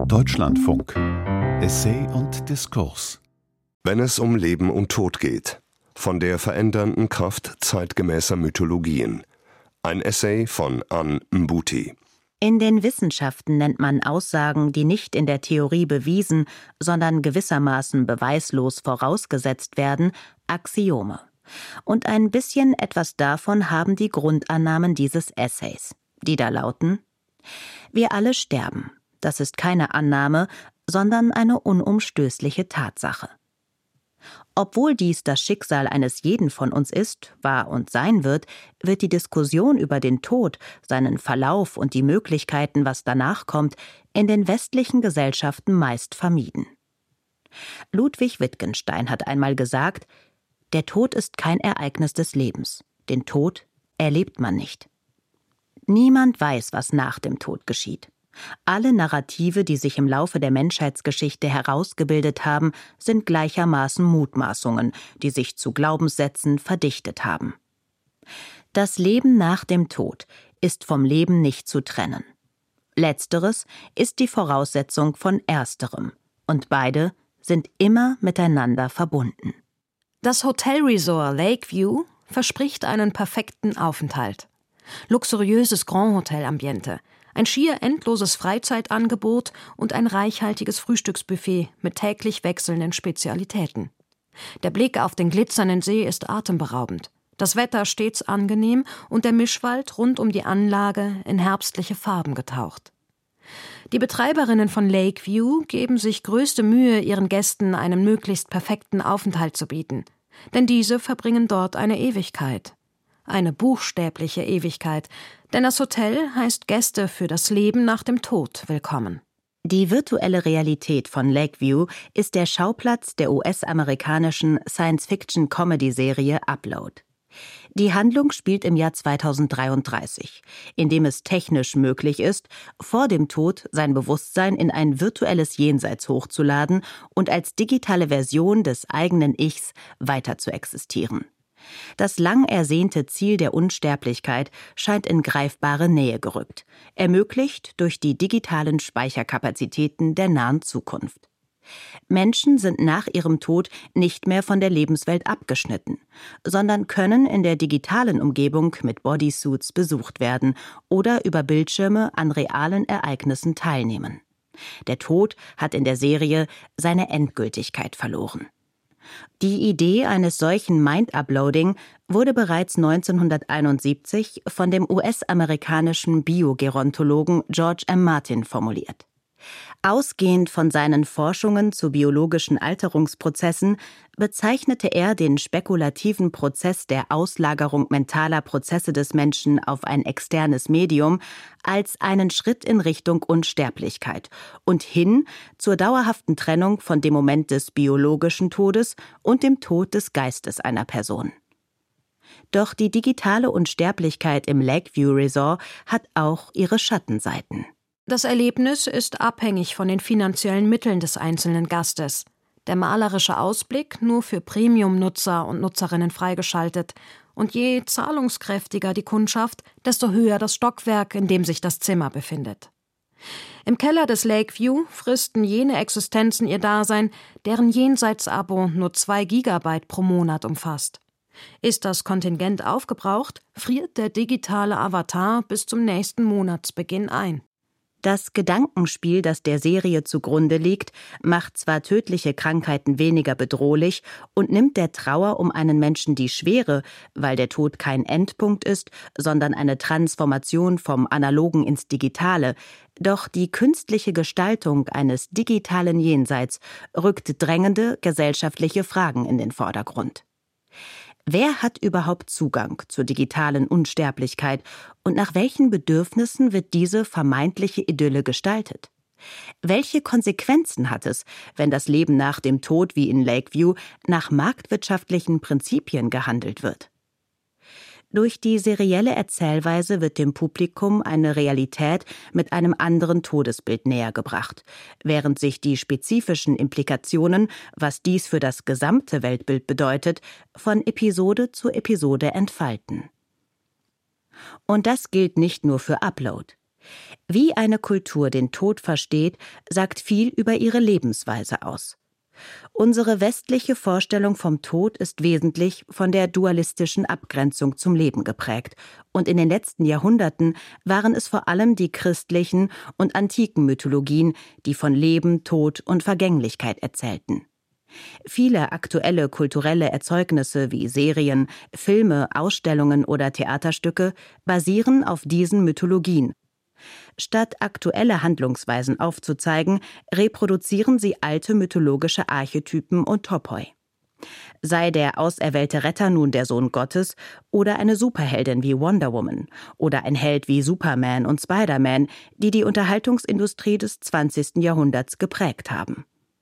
Deutschlandfunk. Essay und Diskurs. Wenn es um Leben und Tod geht. Von der verändernden Kraft zeitgemäßer Mythologien. Ein Essay von Ann Mbuti. In den Wissenschaften nennt man Aussagen, die nicht in der Theorie bewiesen, sondern gewissermaßen beweislos vorausgesetzt werden, Axiome. Und ein bisschen etwas davon haben die Grundannahmen dieses Essays, die da lauten: Wir alle sterben. Das ist keine Annahme, sondern eine unumstößliche Tatsache. Obwohl dies das Schicksal eines jeden von uns ist, war und sein wird die Diskussion über den Tod, seinen Verlauf und die Möglichkeiten, was danach kommt, in den westlichen Gesellschaften meist vermieden. Ludwig Wittgenstein hat einmal gesagt: Der Tod ist kein Ereignis des Lebens. Den Tod erlebt man nicht. Niemand weiß, was nach dem Tod geschieht. Alle Narrative, die sich im Laufe der Menschheitsgeschichte herausgebildet haben, sind gleichermaßen Mutmaßungen, die sich zu Glaubenssätzen verdichtet haben. Das Leben nach dem Tod ist vom Leben nicht zu trennen. Letzteres ist die Voraussetzung von Ersterem, und beide sind immer miteinander verbunden. Das Hotelresort Lakeview verspricht einen perfekten Aufenthalt. Luxuriöses Grand Hotel-Ambiente, ein schier endloses Freizeitangebot und ein reichhaltiges Frühstücksbuffet mit täglich wechselnden Spezialitäten. Der Blick auf den glitzernden See ist atemberaubend, das Wetter stets angenehm und der Mischwald rund um die Anlage in herbstliche Farben getaucht. Die Betreiberinnen von Lakeview geben sich größte Mühe, ihren Gästen einen möglichst perfekten Aufenthalt zu bieten, denn diese verbringen dort eine Ewigkeit. Eine buchstäbliche Ewigkeit, denn das Hotel heißt Gäste für das Leben nach dem Tod willkommen. Die virtuelle Realität von Lakeview ist der Schauplatz der US-amerikanischen Science-Fiction-Comedy-Serie Upload. Die Handlung spielt im Jahr 2033, in dem es technisch möglich ist, vor dem Tod sein Bewusstsein in ein virtuelles Jenseits hochzuladen und als digitale Version des eigenen Ichs weiter zu existieren. Das lang ersehnte Ziel der Unsterblichkeit scheint in greifbare Nähe gerückt, ermöglicht durch die digitalen Speicherkapazitäten der nahen Zukunft. Menschen sind nach ihrem Tod nicht mehr von der Lebenswelt abgeschnitten, sondern können in der digitalen Umgebung mit Bodysuits besucht werden oder über Bildschirme an realen Ereignissen teilnehmen. Der Tod hat in der Serie seine Endgültigkeit verloren. Die Idee eines solchen Mind-Uploading wurde bereits 1971 von dem US-amerikanischen Biogerontologen George M. Martin formuliert. Ausgehend von seinen Forschungen zu biologischen Alterungsprozessen bezeichnete er den spekulativen Prozess der Auslagerung mentaler Prozesse des Menschen auf ein externes Medium als einen Schritt in Richtung Unsterblichkeit und hin zur dauerhaften Trennung von dem Moment des biologischen Todes und dem Tod des Geistes einer Person. Doch die digitale Unsterblichkeit im Lakeview Resort hat auch ihre Schattenseiten. Das Erlebnis ist abhängig von den finanziellen Mitteln des einzelnen Gastes. Der malerische Ausblick nur für Premium-Nutzer und Nutzerinnen freigeschaltet. Und je zahlungskräftiger die Kundschaft, desto höher das Stockwerk, in dem sich das Zimmer befindet. Im Keller des Lakeview fristen jene Existenzen ihr Dasein, deren Jenseits-Abo nur 2 Gigabyte pro Monat umfasst. Ist das Kontingent aufgebraucht, friert der digitale Avatar bis zum nächsten Monatsbeginn ein. Das Gedankenspiel, das der Serie zugrunde liegt, macht zwar tödliche Krankheiten weniger bedrohlich und nimmt der Trauer um einen Menschen die Schwere, weil der Tod kein Endpunkt ist, sondern eine Transformation vom Analogen ins Digitale. Doch die künstliche Gestaltung eines digitalen Jenseits rückt drängende gesellschaftliche Fragen in den Vordergrund. Wer hat überhaupt Zugang zur digitalen Unsterblichkeit und nach welchen Bedürfnissen wird diese vermeintliche Idylle gestaltet? Welche Konsequenzen hat es, wenn das Leben nach dem Tod wie in Lakeview nach marktwirtschaftlichen Prinzipien gehandelt wird? Durch die serielle Erzählweise wird dem Publikum eine Realität mit einem anderen Todesbild nähergebracht, während sich die spezifischen Implikationen, was dies für das gesamte Weltbild bedeutet, von Episode zu Episode entfalten. Und das gilt nicht nur für Upload. Wie eine Kultur den Tod versteht, sagt viel über ihre Lebensweise aus. Unsere westliche Vorstellung vom Tod ist wesentlich von der dualistischen Abgrenzung zum Leben geprägt, und in den letzten Jahrhunderten waren es vor allem die christlichen und antiken Mythologien, die von Leben, Tod und Vergänglichkeit erzählten. Viele aktuelle kulturelle Erzeugnisse wie Serien, Filme, Ausstellungen oder Theaterstücke basieren auf diesen Mythologien. Statt aktuelle Handlungsweisen aufzuzeigen, reproduzieren sie alte mythologische Archetypen und Topoi. Sei der auserwählte Retter nun der Sohn Gottes oder eine Superheldin wie Wonder Woman oder ein Held wie Superman und Spider-Man, die die Unterhaltungsindustrie des 20. Jahrhunderts geprägt haben.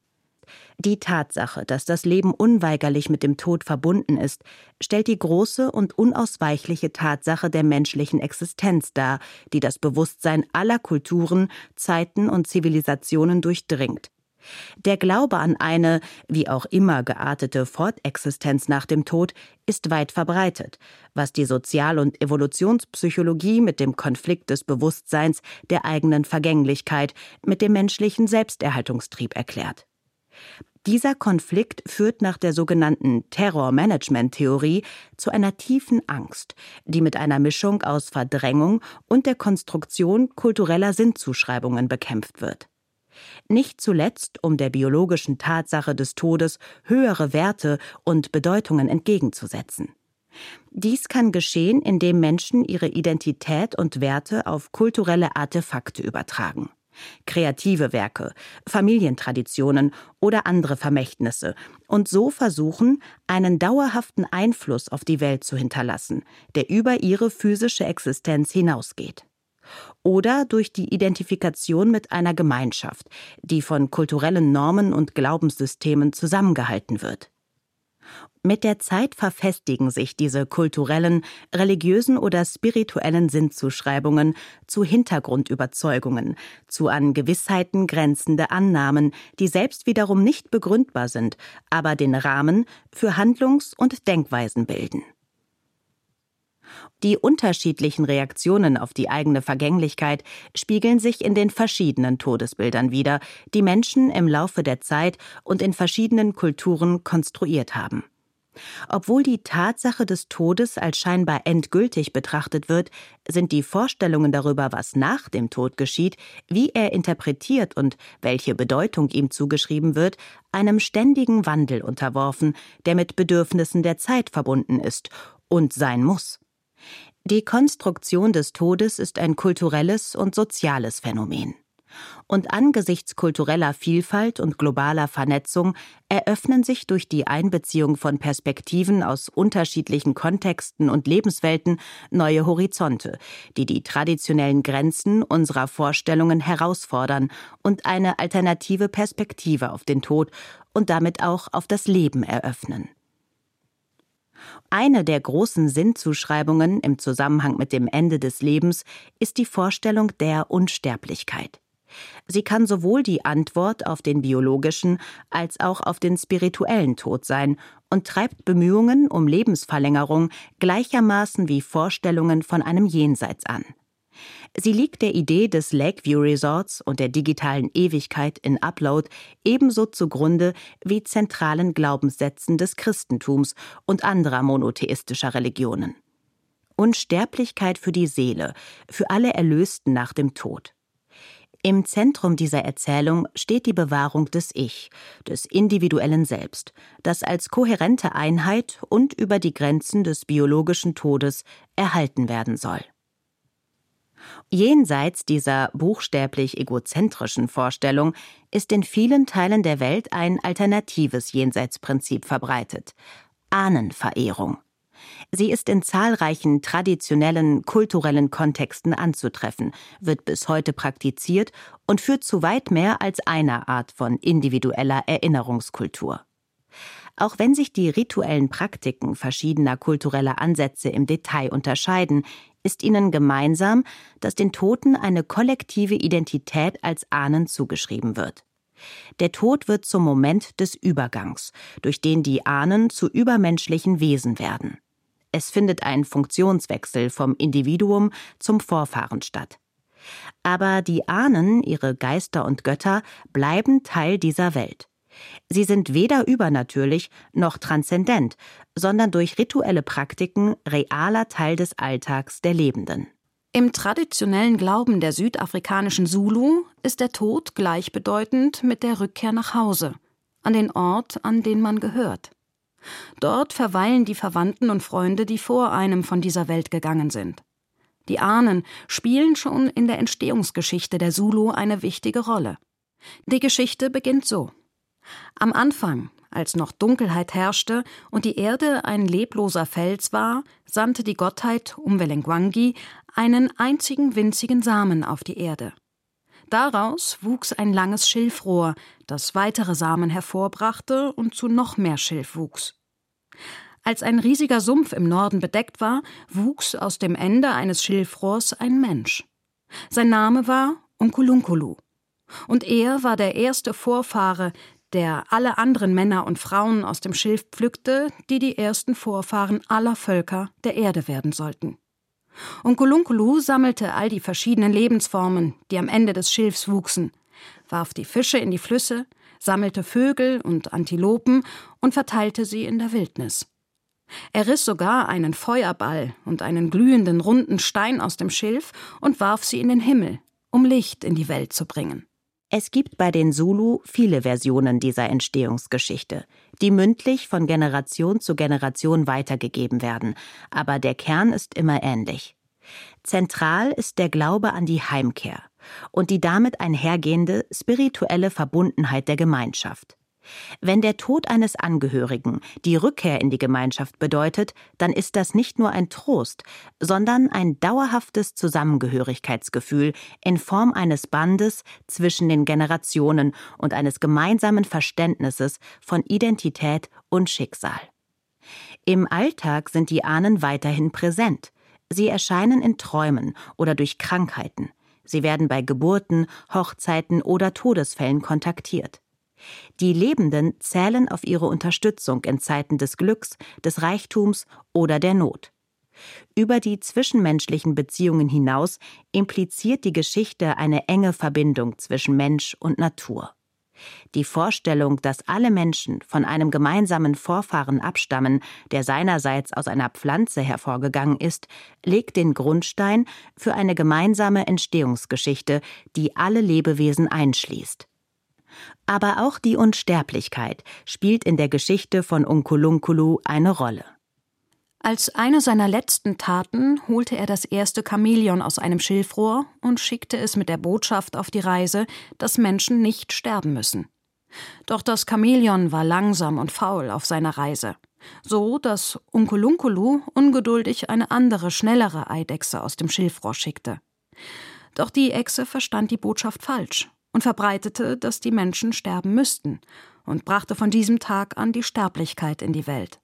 Die Tatsache, dass das Leben unweigerlich mit dem Tod verbunden ist, stellt die große und unausweichliche Tatsache der menschlichen Existenz dar, die das Bewusstsein aller Kulturen, Zeiten und Zivilisationen durchdringt. Der Glaube an eine, wie auch immer geartete Fortexistenz nach dem Tod ist weit verbreitet, was die Sozial- und Evolutionspsychologie mit dem Konflikt des Bewusstseins der eigenen Vergänglichkeit mit dem menschlichen Selbsterhaltungstrieb erklärt. Dieser Konflikt führt nach der sogenannten Terror-Management-Theorie zu einer tiefen Angst, die mit einer Mischung aus Verdrängung und der Konstruktion kultureller Sinnzuschreibungen bekämpft wird. Nicht zuletzt, um der biologischen Tatsache des Todes höhere Werte und Bedeutungen entgegenzusetzen. Dies kann geschehen, indem Menschen ihre Identität und Werte auf kulturelle Artefakte übertragen. Kreative Werke, Familientraditionen oder andere Vermächtnisse und so versuchen, einen dauerhaften Einfluss auf die Welt zu hinterlassen, der über ihre physische Existenz hinausgeht. Oder durch die Identifikation mit einer Gemeinschaft, die von kulturellen Normen und Glaubenssystemen zusammengehalten wird. Mit der Zeit verfestigen sich diese kulturellen, religiösen oder spirituellen Sinnzuschreibungen zu Hintergrundüberzeugungen, zu an Gewissheiten grenzende Annahmen, die selbst wiederum nicht begründbar sind, aber den Rahmen für Handlungs- und Denkweisen bilden. Die unterschiedlichen Reaktionen auf die eigene Vergänglichkeit spiegeln sich in den verschiedenen Todesbildern wider, die Menschen im Laufe der Zeit und in verschiedenen Kulturen konstruiert haben. Obwohl die Tatsache des Todes als scheinbar endgültig betrachtet wird, sind die Vorstellungen darüber, was nach dem Tod geschieht, wie er interpretiert und welche Bedeutung ihm zugeschrieben wird, einem ständigen Wandel unterworfen, der mit Bedürfnissen der Zeit verbunden ist und sein muss. Die Konstruktion des Todes ist ein kulturelles und soziales Phänomen. Und angesichts kultureller Vielfalt und globaler Vernetzung eröffnen sich durch die Einbeziehung von Perspektiven aus unterschiedlichen Kontexten und Lebenswelten neue Horizonte, die die traditionellen Grenzen unserer Vorstellungen herausfordern und eine alternative Perspektive auf den Tod und damit auch auf das Leben eröffnen. Eine der großen Sinnzuschreibungen im Zusammenhang mit dem Ende des Lebens ist die Vorstellung der Unsterblichkeit. Sie kann sowohl die Antwort auf den biologischen als auch auf den spirituellen Tod sein und treibt Bemühungen um Lebensverlängerung gleichermaßen wie Vorstellungen von einem Jenseits an. Sie liegt der Idee des Lakeview Resorts und der digitalen Ewigkeit in Upload ebenso zugrunde wie zentralen Glaubenssätzen des Christentums und anderer monotheistischer Religionen. Unsterblichkeit für die Seele, für alle Erlösten nach dem Tod. Im Zentrum dieser Erzählung steht die Bewahrung des Ich, des individuellen Selbst, das als kohärente Einheit und über die Grenzen des biologischen Todes erhalten werden soll. Jenseits dieser buchstäblich egozentrischen Vorstellung ist in vielen Teilen der Welt ein alternatives Jenseitsprinzip verbreitet: Ahnenverehrung. Sie ist in zahlreichen traditionellen, kulturellen Kontexten anzutreffen, wird bis heute praktiziert und führt zu weit mehr als einer Art von individueller Erinnerungskultur. Auch wenn sich die rituellen Praktiken verschiedener kultureller Ansätze im Detail unterscheiden, ist ihnen gemeinsam, dass den Toten eine kollektive Identität als Ahnen zugeschrieben wird. Der Tod wird zum Moment des Übergangs, durch den die Ahnen zu übermenschlichen Wesen werden. Es findet ein Funktionswechsel vom Individuum zum Vorfahren statt. Aber die Ahnen, ihre Geister und Götter, bleiben Teil dieser Welt. Sie sind weder übernatürlich noch transzendent, sondern durch rituelle Praktiken realer Teil des Alltags der Lebenden. Im traditionellen Glauben der südafrikanischen Zulu ist der Tod gleichbedeutend mit der Rückkehr nach Hause, an den Ort, an den man gehört. Dort verweilen die Verwandten und Freunde, die vor einem von dieser Welt gegangen sind. Die Ahnen spielen schon in der Entstehungsgeschichte der Zulu eine wichtige Rolle. Die Geschichte beginnt so: Am Anfang, als noch Dunkelheit herrschte und die Erde ein lebloser Fels war, sandte die Gottheit Umwelengwangi einen einzigen winzigen Samen auf die Erde. Daraus wuchs ein langes Schilfrohr, das weitere Samen hervorbrachte und zu noch mehr Schilf wuchs. Als ein riesiger Sumpf im Norden bedeckt war, wuchs aus dem Ende eines Schilfrohrs ein Mensch. Sein Name war Unkulunkulu. Und er war der erste Vorfahre, der alle anderen Männer und Frauen aus dem Schilf pflückte, die die ersten Vorfahren aller Völker der Erde werden sollten. Unkulunkulu sammelte all die verschiedenen Lebensformen, die am Ende des Schilfs wuchsen, warf die Fische in die Flüsse, sammelte Vögel und Antilopen und verteilte sie in der Wildnis. Er riss sogar einen Feuerball und einen glühenden, runden Stein aus dem Schilf und warf sie in den Himmel, um Licht in die Welt zu bringen. Es gibt bei den Zulu viele Versionen dieser Entstehungsgeschichte, die mündlich von Generation zu Generation weitergegeben werden, aber der Kern ist immer ähnlich. Zentral ist der Glaube an die Heimkehr und die damit einhergehende spirituelle Verbundenheit der Gemeinschaft. Wenn der Tod eines Angehörigen die Rückkehr in die Gemeinschaft bedeutet, dann ist das nicht nur ein Trost, sondern ein dauerhaftes Zusammengehörigkeitsgefühl in Form eines Bandes zwischen den Generationen und eines gemeinsamen Verständnisses von Identität und Schicksal. Im Alltag sind die Ahnen weiterhin präsent. Sie erscheinen in Träumen oder durch Krankheiten. Sie werden bei Geburten, Hochzeiten oder Todesfällen kontaktiert. Die Lebenden zählen auf ihre Unterstützung in Zeiten des Glücks, des Reichtums oder der Not. Über die zwischenmenschlichen Beziehungen hinaus impliziert die Geschichte eine enge Verbindung zwischen Mensch und Natur. Die Vorstellung, dass alle Menschen von einem gemeinsamen Vorfahren abstammen, der seinerseits aus einer Pflanze hervorgegangen ist, legt den Grundstein für eine gemeinsame Entstehungsgeschichte, die alle Lebewesen einschließt. Aber auch die Unsterblichkeit spielt in der Geschichte von Unkulunkulu eine Rolle. Als eine seiner letzten Taten holte er das erste Chamäleon aus einem Schilfrohr und schickte es mit der Botschaft auf die Reise, dass Menschen nicht sterben müssen. Doch das Chamäleon war langsam und faul auf seiner Reise, so dass Unkulunkulu ungeduldig eine andere, schnellere Eidechse aus dem Schilfrohr schickte. Doch die Echse verstand die Botschaft falsch und verbreitete, dass die Menschen sterben müssten, und brachte von diesem Tag an die Sterblichkeit in die Welt.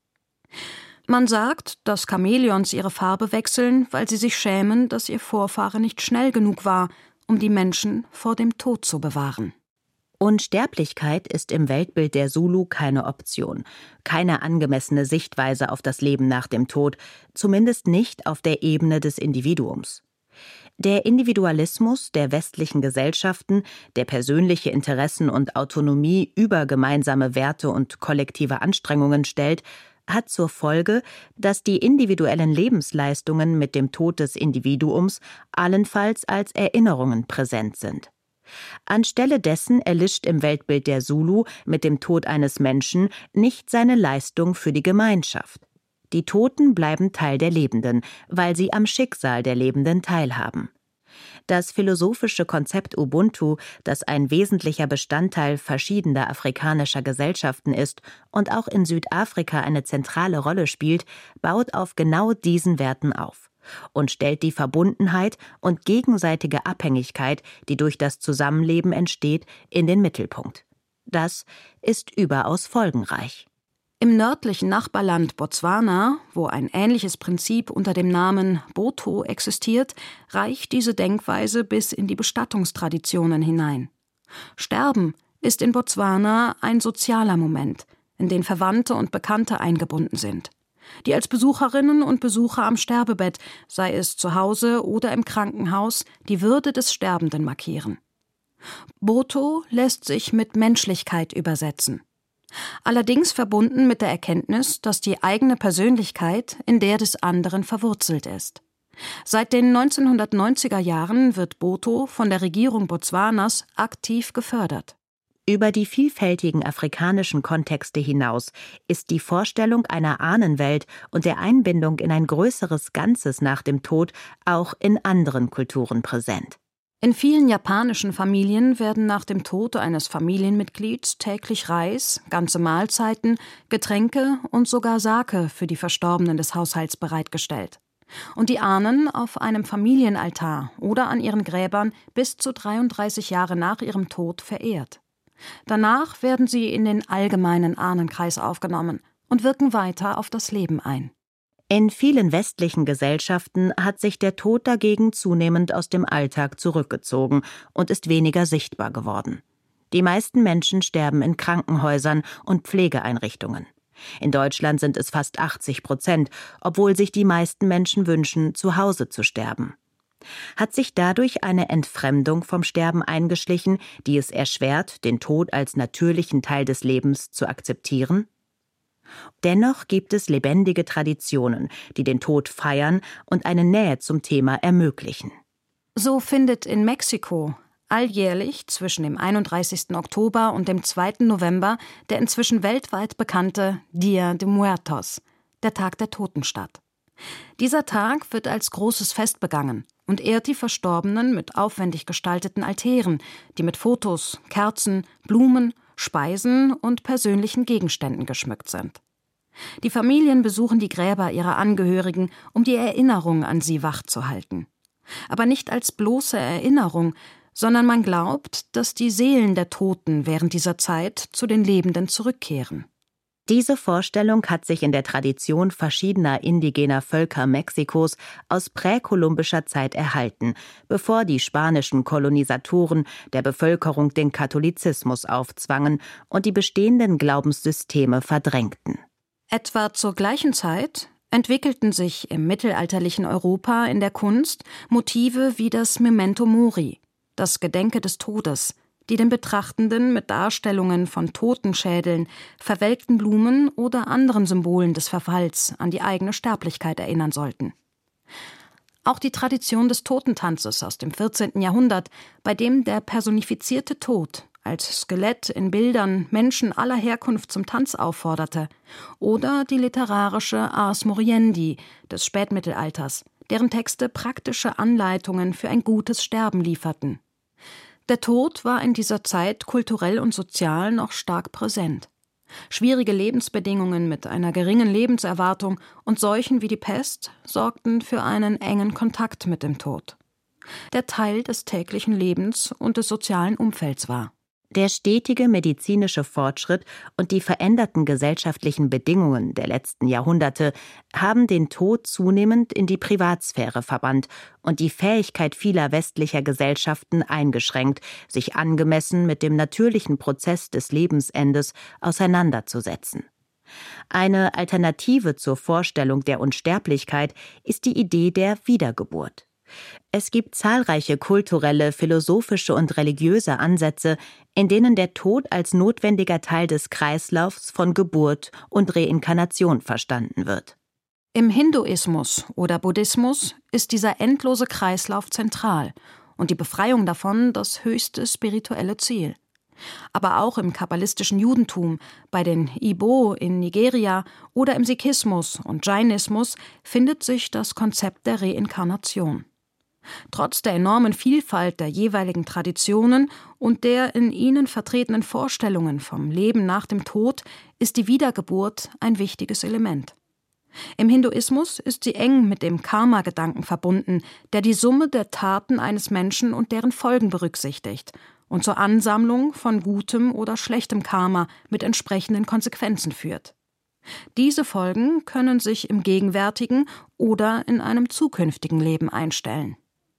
Man sagt, dass Chamäleons ihre Farbe wechseln, weil sie sich schämen, dass ihr Vorfahre nicht schnell genug war, um die Menschen vor dem Tod zu bewahren. Unsterblichkeit ist im Weltbild der Zulu keine Option, keine angemessene Sichtweise auf das Leben nach dem Tod, zumindest nicht auf der Ebene des Individuums. Der Individualismus der westlichen Gesellschaften, der persönliche Interessen und Autonomie über gemeinsame Werte und kollektive Anstrengungen stellt, hat zur Folge, dass die individuellen Lebensleistungen mit dem Tod des Individuums allenfalls als Erinnerungen präsent sind. Anstelle dessen erlischt im Weltbild der Zulu mit dem Tod eines Menschen nicht seine Leistung für die Gemeinschaft. Die Toten bleiben Teil der Lebenden, weil sie am Schicksal der Lebenden teilhaben. Das philosophische Konzept Ubuntu, das ein wesentlicher Bestandteil verschiedener afrikanischer Gesellschaften ist und auch in Südafrika eine zentrale Rolle spielt, baut auf genau diesen Werten auf und stellt die Verbundenheit und gegenseitige Abhängigkeit, die durch das Zusammenleben entsteht, in den Mittelpunkt. Das ist überaus folgenreich. Im nördlichen Nachbarland Botswana, wo ein ähnliches Prinzip unter dem Namen Boto existiert, reicht diese Denkweise bis in die Bestattungstraditionen hinein. Sterben ist in Botswana ein sozialer Moment, in den Verwandte und Bekannte eingebunden sind. die als Besucherinnen und Besucher am Sterbebett, sei es zu Hause oder im Krankenhaus, die Würde des Sterbenden markieren. Boto lässt sich mit Menschlichkeit übersetzen. Allerdings verbunden mit der Erkenntnis, dass die eigene Persönlichkeit in der des anderen verwurzelt ist. Seit den 1990er Jahren wird Boto von der Regierung Botswanas aktiv gefördert. Über die vielfältigen afrikanischen Kontexte hinaus ist die Vorstellung einer Ahnenwelt und der Einbindung in ein größeres Ganzes nach dem Tod auch in anderen Kulturen präsent. In vielen japanischen Familien werden nach dem Tod eines Familienmitglieds täglich Reis, ganze Mahlzeiten, Getränke und sogar Sake für die Verstorbenen des Haushalts bereitgestellt. Und die Ahnen auf einem Familienaltar oder an ihren Gräbern bis zu 33 Jahre nach ihrem Tod verehrt. Danach werden sie in den allgemeinen Ahnenkreis aufgenommen und wirken weiter auf das Leben ein. In vielen westlichen Gesellschaften hat sich der Tod dagegen zunehmend aus dem Alltag zurückgezogen und ist weniger sichtbar geworden. Die meisten Menschen sterben in Krankenhäusern und Pflegeeinrichtungen. In Deutschland sind es fast 80%, obwohl sich die meisten Menschen wünschen, zu Hause zu sterben. Hat sich dadurch eine Entfremdung vom Sterben eingeschlichen, die es erschwert, den Tod als natürlichen Teil des Lebens zu akzeptieren? Dennoch gibt es lebendige Traditionen, die den Tod feiern und eine Nähe zum Thema ermöglichen. So findet in Mexiko alljährlich zwischen dem 31. Oktober und dem 2. November der inzwischen weltweit bekannte Día de Muertos, der Tag der Toten, statt. Dieser Tag wird als großes Fest begangen und ehrt die Verstorbenen mit aufwendig gestalteten Altären, die mit Fotos, Kerzen, Blumen, Speisen und persönlichen Gegenständen geschmückt sind. Die Familien besuchen die Gräber ihrer Angehörigen, um die Erinnerung an sie wachzuhalten. Aber nicht als bloße Erinnerung, sondern man glaubt, dass die Seelen der Toten während dieser Zeit zu den Lebenden zurückkehren. Diese Vorstellung hat sich in der Tradition verschiedener indigener Völker Mexikos aus präkolumbischer Zeit erhalten, bevor die spanischen Kolonisatoren der Bevölkerung den Katholizismus aufzwangen und die bestehenden Glaubenssysteme verdrängten. Etwa zur gleichen Zeit entwickelten sich im mittelalterlichen Europa in der Kunst Motive wie das Memento Mori, das Gedenke des Todes, die den Betrachtenden mit Darstellungen von Totenschädeln, verwelkten Blumen oder anderen Symbolen des Verfalls an die eigene Sterblichkeit erinnern sollten. Auch die Tradition des Totentanzes aus dem 14. Jahrhundert, bei dem der personifizierte Tod als Skelett in Bildern Menschen aller Herkunft zum Tanz aufforderte, oder die literarische Ars Moriendi des Spätmittelalters, deren Texte praktische Anleitungen für ein gutes Sterben lieferten. Der Tod war in dieser Zeit kulturell und sozial noch stark präsent. Schwierige Lebensbedingungen mit einer geringen Lebenserwartung und Seuchen wie die Pest sorgten für einen engen Kontakt mit dem Tod, der Teil des täglichen Lebens und des sozialen Umfelds war. Der stetige medizinische Fortschritt und die veränderten gesellschaftlichen Bedingungen der letzten Jahrhunderte haben den Tod zunehmend in die Privatsphäre verbannt und die Fähigkeit vieler westlicher Gesellschaften eingeschränkt, sich angemessen mit dem natürlichen Prozess des Lebensendes auseinanderzusetzen. Eine Alternative zur Vorstellung der Unsterblichkeit ist die Idee der Wiedergeburt. Es gibt zahlreiche kulturelle, philosophische und religiöse Ansätze, in denen der Tod als notwendiger Teil des Kreislaufs von Geburt und Reinkarnation verstanden wird. Im Hinduismus oder Buddhismus ist dieser endlose Kreislauf zentral und die Befreiung davon das höchste spirituelle Ziel. Aber auch im kabbalistischen Judentum, bei den Igbo in Nigeria oder im Sikhismus und Jainismus findet sich das Konzept der Reinkarnation. Trotz der enormen Vielfalt der jeweiligen Traditionen und der in ihnen vertretenen Vorstellungen vom Leben nach dem Tod ist die Wiedergeburt ein wichtiges Element. Im Hinduismus ist sie eng mit dem Karma-Gedanken verbunden, der die Summe der Taten eines Menschen und deren Folgen berücksichtigt und zur Ansammlung von gutem oder schlechtem Karma mit entsprechenden Konsequenzen führt. Diese Folgen können sich im gegenwärtigen oder in einem zukünftigen Leben einstellen.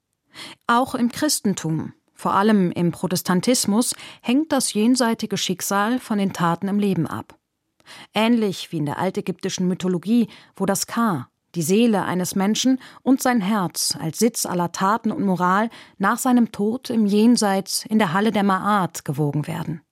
Auch im Christentum, vor allem im Protestantismus, hängt das jenseitige Schicksal von den Taten im Leben ab. Ähnlich wie in der altägyptischen Mythologie, wo das Ka, die Seele eines Menschen, und sein Herz als Sitz aller Taten und Moral nach seinem Tod im Jenseits in der Halle der Ma'at gewogen werden.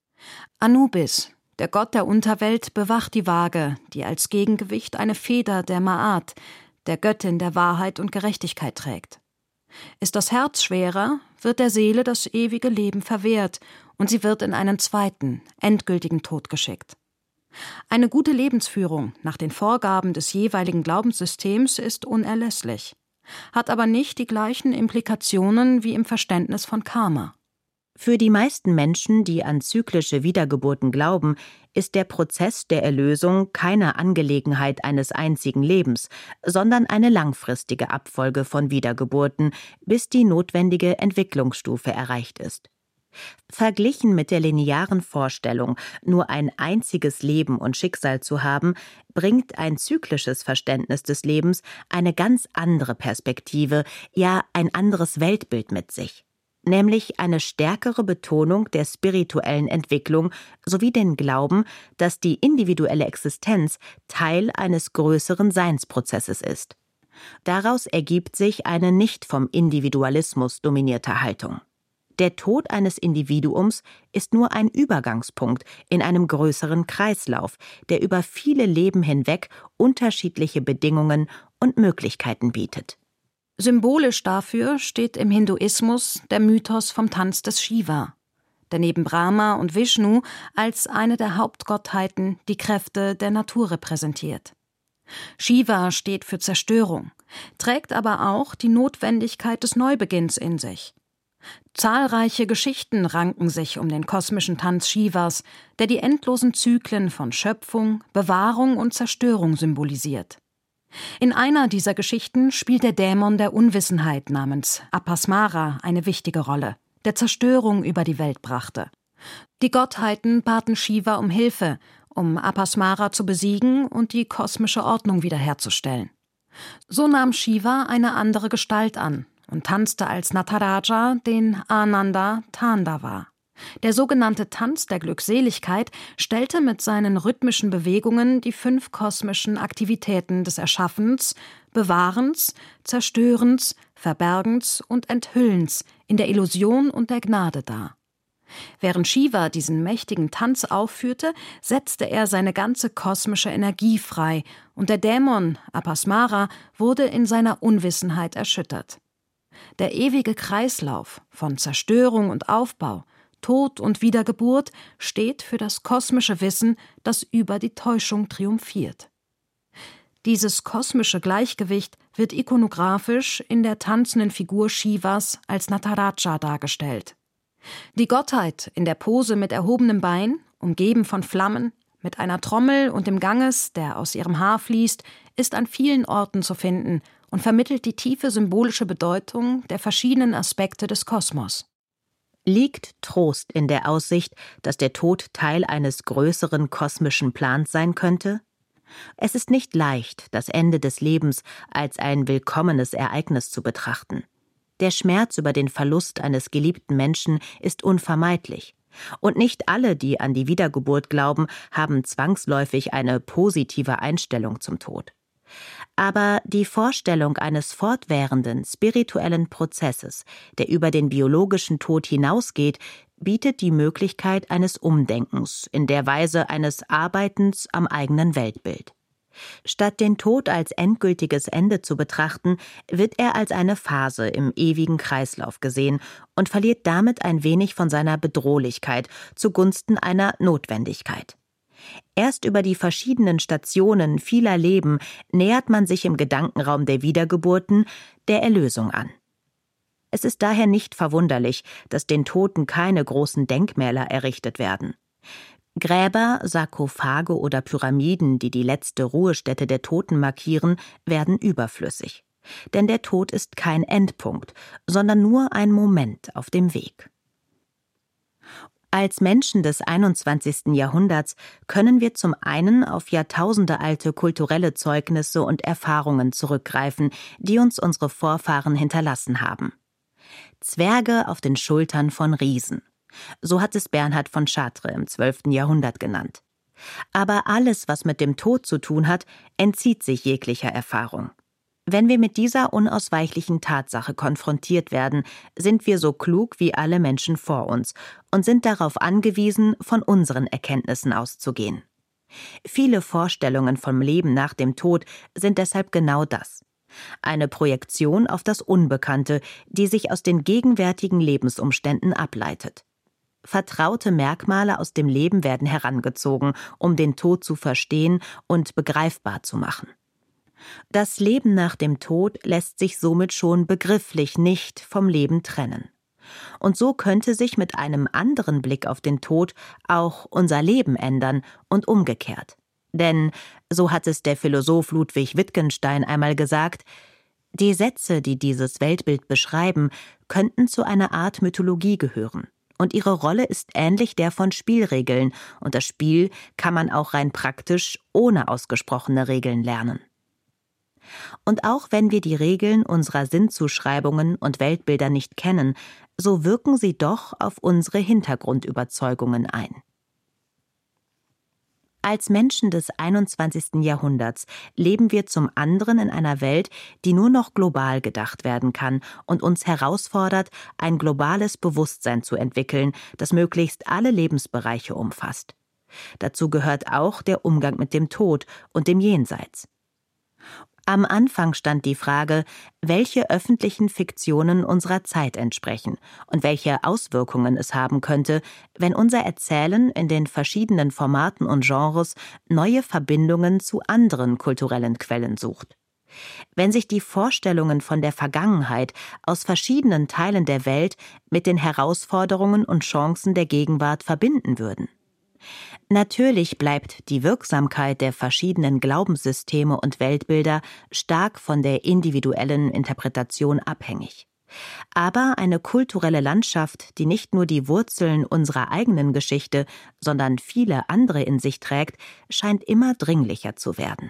Anubis, der Gott der Unterwelt, bewacht die Waage, die als Gegengewicht eine Feder der Ma'at, der Göttin der Wahrheit und Gerechtigkeit, trägt. Ist das Herz schwerer, wird der Seele das ewige Leben verwehrt und sie wird in einen zweiten, endgültigen Tod geschickt. Eine gute Lebensführung nach den Vorgaben des jeweiligen Glaubenssystems ist unerlässlich, hat aber nicht die gleichen Implikationen wie im Verständnis von Karma. Für die meisten Menschen, die an zyklische Wiedergeburten glauben, ist der Prozess der Erlösung keine Angelegenheit eines einzigen Lebens, sondern eine langfristige Abfolge von Wiedergeburten, bis die notwendige Entwicklungsstufe erreicht ist. Verglichen mit der linearen Vorstellung, nur ein einziges Leben und Schicksal zu haben, bringt ein zyklisches Verständnis des Lebens eine ganz andere Perspektive, ja ein anderes Weltbild mit sich. Nämlich eine stärkere Betonung der spirituellen Entwicklung sowie den Glauben, dass die individuelle Existenz Teil eines größeren Seinsprozesses ist. Daraus ergibt sich eine nicht vom Individualismus dominierte Haltung. Der Tod eines Individuums ist nur ein Übergangspunkt in einem größeren Kreislauf, der über viele Leben hinweg unterschiedliche Bedingungen und Möglichkeiten bietet. Symbolisch dafür steht im Hinduismus der Mythos vom Tanz des Shiva, der neben Brahma und Vishnu als eine der Hauptgottheiten die Kräfte der Natur repräsentiert. Shiva steht für Zerstörung, trägt aber auch die Notwendigkeit des Neubeginns in sich. Zahlreiche Geschichten ranken sich um den kosmischen Tanz Shivas, der die endlosen Zyklen von Schöpfung, Bewahrung und Zerstörung symbolisiert. In einer dieser Geschichten spielt der Dämon der Unwissenheit namens Apasmara eine wichtige Rolle, der Zerstörung über die Welt brachte. Die Gottheiten baten Shiva um Hilfe, um Apasmara zu besiegen und die kosmische Ordnung wiederherzustellen. So nahm Shiva eine andere Gestalt an und tanzte als Nataraja den Ananda Tandava. Der sogenannte Tanz der Glückseligkeit stellte mit seinen rhythmischen Bewegungen die 5 kosmischen Aktivitäten des Erschaffens, Bewahrens, Zerstörens, Verbergens und Enthüllens in der Illusion und der Gnade dar. Während Shiva diesen mächtigen Tanz aufführte, setzte er seine ganze kosmische Energie frei und der Dämon Apasmara wurde in seiner Unwissenheit erschüttert. Der ewige Kreislauf von Zerstörung und Aufbau, Tod und Wiedergeburt steht für das kosmische Wissen, das über die Täuschung triumphiert. Dieses kosmische Gleichgewicht wird ikonografisch in der tanzenden Figur Shivas als Nataraja dargestellt. Die Gottheit in der Pose mit erhobenem Bein, umgeben von Flammen, mit einer Trommel und dem Ganges, der aus ihrem Haar fließt, ist an vielen Orten zu finden und vermittelt die tiefe symbolische Bedeutung der verschiedenen Aspekte des Kosmos. Liegt Trost in der Aussicht, dass der Tod Teil eines größeren kosmischen Plans sein könnte? Es ist nicht leicht, das Ende des Lebens als ein willkommenes Ereignis zu betrachten. Der Schmerz über den Verlust eines geliebten Menschen ist unvermeidlich. Und nicht alle, die an die Wiedergeburt glauben, haben zwangsläufig eine positive Einstellung zum Tod. Aber die Vorstellung eines fortwährenden spirituellen Prozesses, der über den biologischen Tod hinausgeht, bietet die Möglichkeit eines Umdenkens in der Weise eines Arbeitens am eigenen Weltbild. Statt den Tod als endgültiges Ende zu betrachten, wird er als eine Phase im ewigen Kreislauf gesehen und verliert damit ein wenig von seiner Bedrohlichkeit zugunsten einer Notwendigkeit. Erst über die verschiedenen Stationen vieler Leben nähert man sich im Gedankenraum der Wiedergeburten der Erlösung an. Es ist daher nicht verwunderlich, dass den Toten keine großen Denkmäler errichtet werden. Gräber, Sarkophage oder Pyramiden, die die letzte Ruhestätte der Toten markieren, werden überflüssig. Denn der Tod ist kein Endpunkt, sondern nur ein Moment auf dem Weg. Als Menschen des 21. Jahrhunderts können wir zum einen auf jahrtausendealte kulturelle Zeugnisse und Erfahrungen zurückgreifen, die uns unsere Vorfahren hinterlassen haben. Zwerge auf den Schultern von Riesen. So hat es Bernhard von Chartres im 12. Jahrhundert genannt. Aber alles, was mit dem Tod zu tun hat, entzieht sich jeglicher Erfahrung. Wenn wir mit dieser unausweichlichen Tatsache konfrontiert werden, sind wir so klug wie alle Menschen vor uns und sind darauf angewiesen, von unseren Erkenntnissen auszugehen. Viele Vorstellungen vom Leben nach dem Tod sind deshalb genau das. Eine Projektion auf das Unbekannte, die sich aus den gegenwärtigen Lebensumständen ableitet. Vertraute Merkmale aus dem Leben werden herangezogen, um den Tod zu verstehen und begreifbar zu machen. Das Leben nach dem Tod lässt sich somit schon begrifflich nicht vom Leben trennen. Und so könnte sich mit einem anderen Blick auf den Tod auch unser Leben ändern und umgekehrt. Denn, so hat es der Philosoph Ludwig Wittgenstein einmal gesagt, die Sätze, die dieses Weltbild beschreiben, könnten zu einer Art Mythologie gehören. Und ihre Rolle ist ähnlich der von Spielregeln, und das Spiel kann man auch rein praktisch ohne ausgesprochene Regeln lernen. Und auch wenn wir die Regeln unserer Sinnzuschreibungen und Weltbilder nicht kennen, so wirken sie doch auf unsere Hintergrundüberzeugungen ein. Als Menschen des 21. Jahrhunderts leben wir zum anderen in einer Welt, die nur noch global gedacht werden kann und uns herausfordert, ein globales Bewusstsein zu entwickeln, das möglichst alle Lebensbereiche umfasst. Dazu gehört auch der Umgang mit dem Tod und dem Jenseits. Am Anfang stand die Frage, welche öffentlichen Fiktionen unserer Zeit entsprechen und welche Auswirkungen es haben könnte, wenn unser Erzählen in den verschiedenen Formaten und Genres neue Verbindungen zu anderen kulturellen Quellen sucht. Wenn sich die Vorstellungen von der Vergangenheit aus verschiedenen Teilen der Welt mit den Herausforderungen und Chancen der Gegenwart verbinden würden. Natürlich bleibt die Wirksamkeit der verschiedenen Glaubenssysteme und Weltbilder stark von der individuellen Interpretation abhängig. Aber eine kulturelle Landschaft, die nicht nur die Wurzeln unserer eigenen Geschichte, sondern viele andere in sich trägt, scheint immer dringlicher zu werden.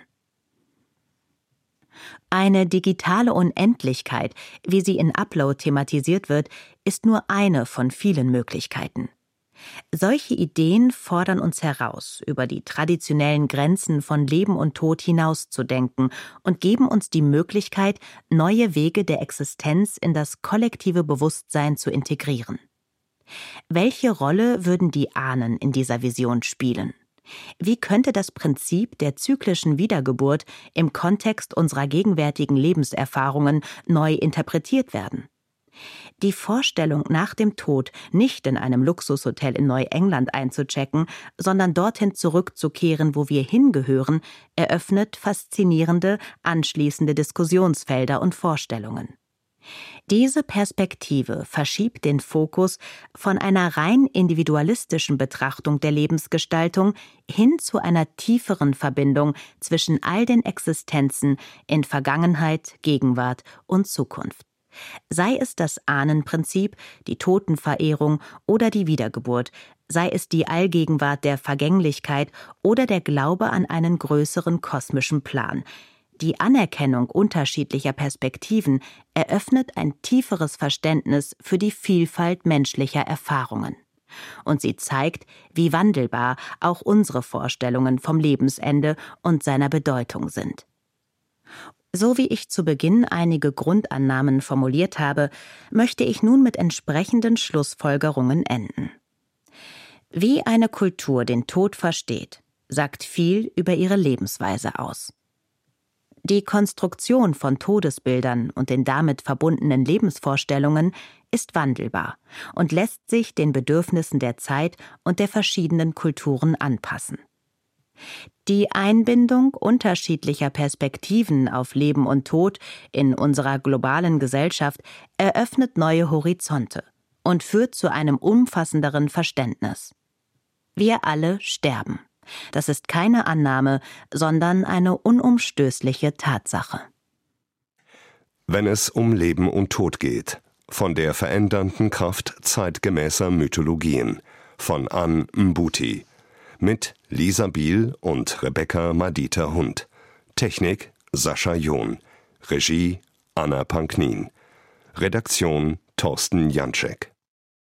Eine digitale Unendlichkeit, wie sie in Upload thematisiert wird, ist nur eine von vielen Möglichkeiten. Solche Ideen fordern uns heraus, über die traditionellen Grenzen von Leben und Tod hinauszudenken und geben uns die Möglichkeit, neue Wege der Existenz in das kollektive Bewusstsein zu integrieren. Welche Rolle würden die Ahnen in dieser Vision spielen? Wie könnte das Prinzip der zyklischen Wiedergeburt im Kontext unserer gegenwärtigen Lebenserfahrungen neu interpretiert werden? Die Vorstellung, nach dem Tod nicht in einem Luxushotel in Neuengland einzuchecken, sondern dorthin zurückzukehren, wo wir hingehören, eröffnet faszinierende, anschließende Diskussionsfelder und Vorstellungen. Diese Perspektive verschiebt den Fokus von einer rein individualistischen Betrachtung der Lebensgestaltung hin zu einer tieferen Verbindung zwischen all den Existenzen in Vergangenheit, Gegenwart und Zukunft. Sei es das Ahnenprinzip, die Totenverehrung oder die Wiedergeburt, sei es die Allgegenwart der Vergänglichkeit oder der Glaube an einen größeren kosmischen Plan. Die Anerkennung unterschiedlicher Perspektiven eröffnet ein tieferes Verständnis für die Vielfalt menschlicher Erfahrungen. Und sie zeigt, wie wandelbar auch unsere Vorstellungen vom Lebensende und seiner Bedeutung sind. So wie ich zu Beginn einige Grundannahmen formuliert habe, möchte ich nun mit entsprechenden Schlussfolgerungen enden. Wie eine Kultur den Tod versteht, sagt viel über ihre Lebensweise aus. Die Konstruktion von Todesbildern und den damit verbundenen Lebensvorstellungen ist wandelbar und lässt sich den Bedürfnissen der Zeit und der verschiedenen Kulturen anpassen. Die Einbindung unterschiedlicher Perspektiven auf Leben und Tod in unserer globalen Gesellschaft eröffnet neue Horizonte und führt zu einem umfassenderen Verständnis. Wir alle sterben. Das ist keine Annahme, sondern eine unumstößliche Tatsache. Wenn es um Leben und Tod geht, von der verändernden Kraft zeitgemäßer Mythologien, von Anne Mbuti. Mit Lisa Biel und Rebecca Madita-Hund. Technik Sascha John. Regie Anna Panknin. Redaktion Thorsten Janczek.